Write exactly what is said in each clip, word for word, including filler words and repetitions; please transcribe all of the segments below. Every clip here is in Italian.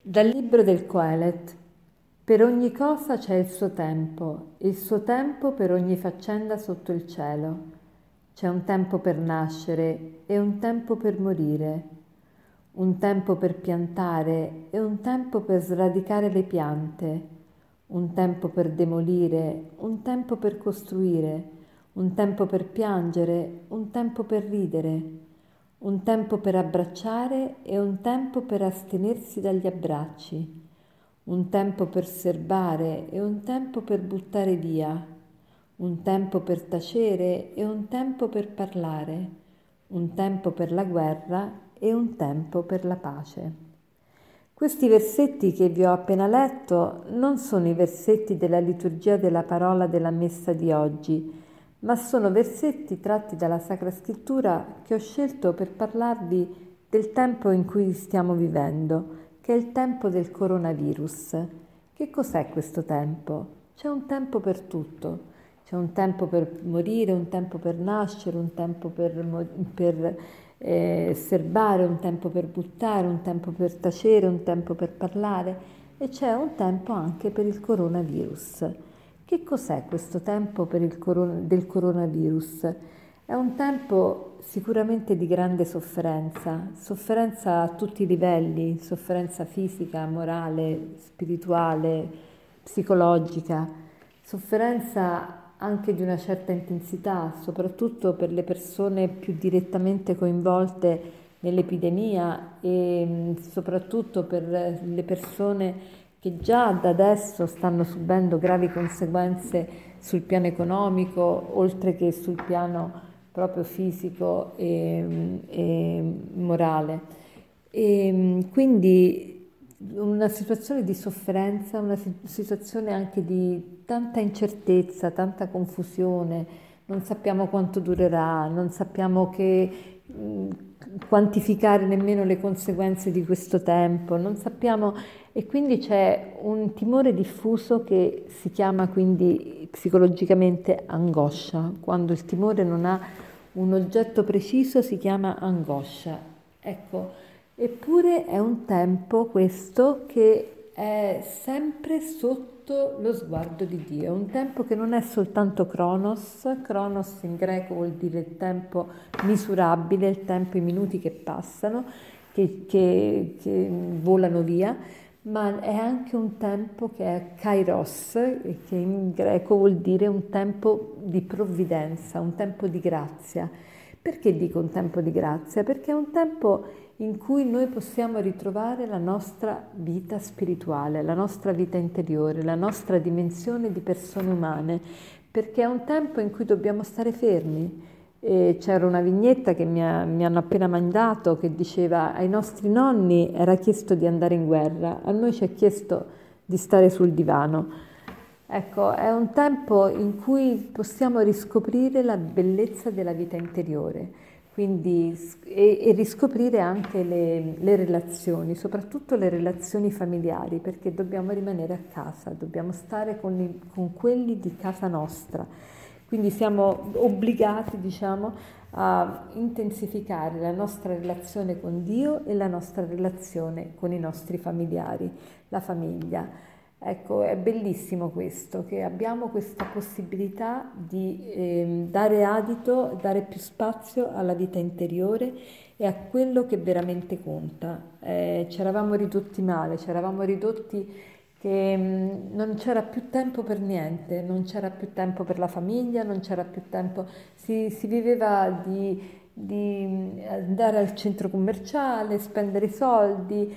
Dal libro del Coelet. Per ogni cosa c'è il suo tempo, il suo tempo per ogni faccenda sotto il cielo. C'è un tempo per nascere e un tempo per morire, un tempo per piantare e un tempo per sradicare le piante, un tempo per demolire, un tempo per costruire, un tempo per piangere, un tempo per ridere, un tempo per abbracciare e un tempo per astenersi dagli abbracci, un tempo per serbare e un tempo per buttare via, un tempo per tacere e un tempo per parlare, un tempo per la guerra e un tempo per la pace. Questi versetti che vi ho appena letto non sono i versetti della liturgia della parola della messa di oggi, ma sono versetti tratti dalla Sacra Scrittura che ho scelto per parlarvi del tempo in cui stiamo vivendo, che è il tempo del coronavirus. Che cos'è questo tempo? C'è un tempo per tutto. C'è un tempo per morire, un tempo per nascere, un tempo per, per eh, serbare, un tempo per buttare, un tempo per tacere, un tempo per parlare e c'è un tempo anche per il coronavirus. Che cos'è questo tempo per il coron- del coronavirus? È un tempo sicuramente di grande sofferenza, sofferenza a tutti i livelli, sofferenza fisica, morale, spirituale, psicologica, sofferenza anche di una certa intensità, soprattutto per le persone più direttamente coinvolte nell'epidemia e soprattutto per le persone che già da adesso stanno subendo gravi conseguenze sul piano economico, oltre che sul piano proprio fisico e, e morale. E quindi una situazione di sofferenza, una situazione anche di tanta incertezza, tanta confusione, non sappiamo quanto durerà, non sappiamo che mh, quantificare nemmeno le conseguenze di questo tempo, non sappiamo e quindi c'è un timore diffuso che si chiama quindi psicologicamente angoscia. Quando il timore non ha un oggetto preciso si chiama angoscia. Ecco, eppure è un tempo questo che è sempre sotto lo sguardo di Dio, è un tempo che non è soltanto Cronos, Cronos in greco vuol dire il tempo misurabile, il tempo, i minuti che passano, che, che, che volano via, ma è anche un tempo che è Kairos, che in greco vuol dire un tempo di provvidenza, un tempo di grazia. Perché dico un tempo di grazia? Perché è un tempo in cui noi possiamo ritrovare la nostra vita spirituale, la nostra vita interiore, la nostra dimensione di persone umane, perché è un tempo in cui dobbiamo stare fermi. E c'era una vignetta che mi, ha, mi hanno appena mandato che diceva ai nostri nonni era chiesto di andare in guerra, a noi ci è chiesto di stare sul divano. Ecco, è un tempo in cui possiamo riscoprire la bellezza della vita interiore, quindi, e, e riscoprire anche le, le relazioni, soprattutto le relazioni familiari, perché dobbiamo rimanere a casa, dobbiamo stare con, i, con quelli di casa nostra. Quindi siamo obbligati, diciamo, a intensificare la nostra relazione con Dio e la nostra relazione con i nostri familiari, la famiglia. Ecco, è bellissimo questo, che abbiamo questa possibilità di eh, dare adito, dare più spazio alla vita interiore e a quello che veramente conta. Eh, ci eravamo ridotti male, ci eravamo ridotti che mh, non c'era più tempo per niente, non c'era più tempo per la famiglia, non c'era più tempo, si, si viveva di, di andare al centro commerciale, spendere i soldi,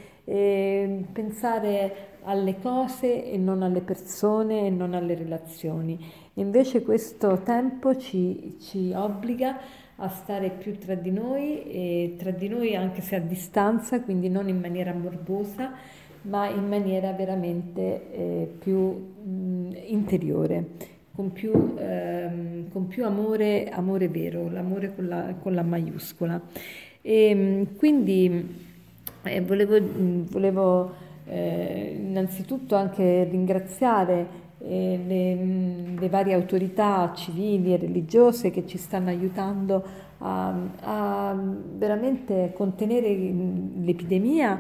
e pensare alle cose e non alle persone e non alle relazioni. Invece questo tempo ci, ci obbliga a stare più tra di noi e tra di noi anche se a distanza, quindi non in maniera morbosa, ma in maniera veramente eh, più mh, interiore, con più, ehm, con più amore, amore vero, l'amore con la, con la maiuscola. E, mh, quindi eh, volevo, mh, volevo eh, innanzitutto anche ringraziare eh, le, mh, le varie autorità civili e religiose che ci stanno aiutando a, a veramente contenere l'epidemia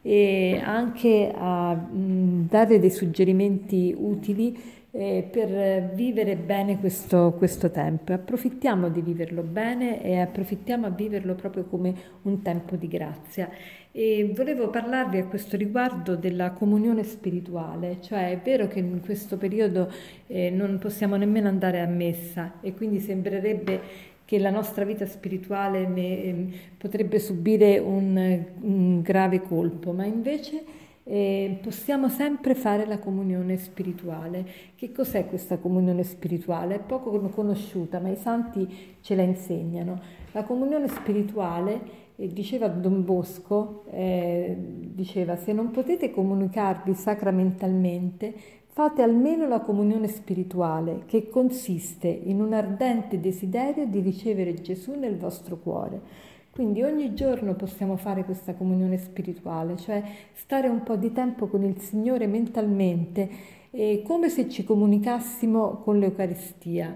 e anche a mh, dare dei suggerimenti utili eh, per vivere bene questo, questo tempo. Approfittiamo di viverlo bene e approfittiamo a viverlo proprio come un tempo di grazia. E volevo parlarvi a questo riguardo della comunione spirituale, cioè è vero che in questo periodo eh, non possiamo nemmeno andare a messa e quindi sembrerebbe che la nostra vita spirituale ne, eh, potrebbe subire un, un grave colpo, ma invece eh, possiamo sempre fare la comunione spirituale. Che cos'è questa comunione spirituale? È poco conosciuta, ma i santi ce la insegnano. La comunione spirituale, e diceva Don Bosco, eh, diceva: se non potete comunicarvi sacramentalmente, fate almeno la comunione spirituale, che consiste in un ardente desiderio di ricevere Gesù nel vostro cuore. Quindi ogni giorno possiamo fare questa comunione spirituale, cioè stare un po' di tempo con il Signore mentalmente, eh, come se ci comunicassimo con l'Eucaristia.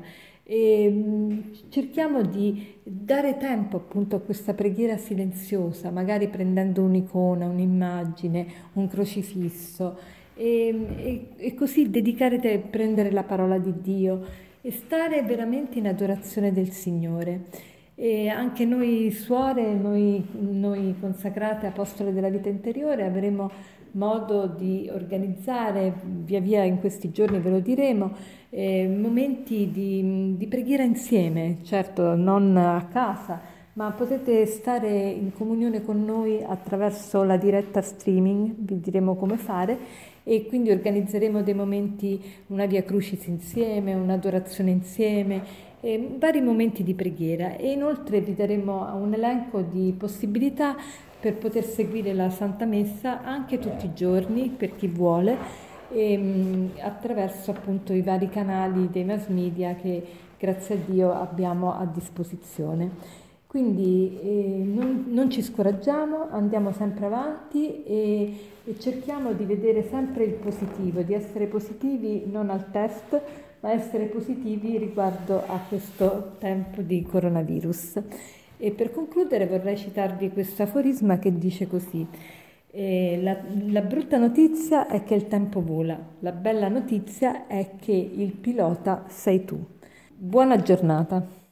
E mh, cerchiamo di dare tempo appunto a questa preghiera silenziosa, magari prendendo un'icona, un'immagine, un crocifisso e, e, e così dedicare te a prendere la parola di Dio e stare veramente in adorazione del Signore. E anche noi suore, noi, noi consacrate apostole della vita interiore, avremo modo di organizzare, via via in questi giorni ve lo diremo, eh, momenti di, di preghiera insieme, certo non a casa, ma potete stare in comunione con noi attraverso la diretta streaming, vi diremo come fare, e quindi organizzeremo dei momenti, una Via Crucis insieme, un'adorazione insieme, eh, vari momenti di preghiera, e inoltre vi daremo un elenco di possibilità per poter seguire la Santa Messa anche tutti i giorni per chi vuole, e, mh, attraverso appunto i vari canali dei mass media che grazie a Dio abbiamo a disposizione. Quindi eh, non, non ci scoraggiamo, andiamo sempre avanti e, e cerchiamo di vedere sempre il positivo, di essere positivi non al test, ma essere positivi riguardo a questo tempo di coronavirus. E per concludere vorrei citarvi questo aforisma che dice così: eh, la, la brutta notizia è che il tempo vola, la bella notizia è che il pilota sei tu. Buona giornata.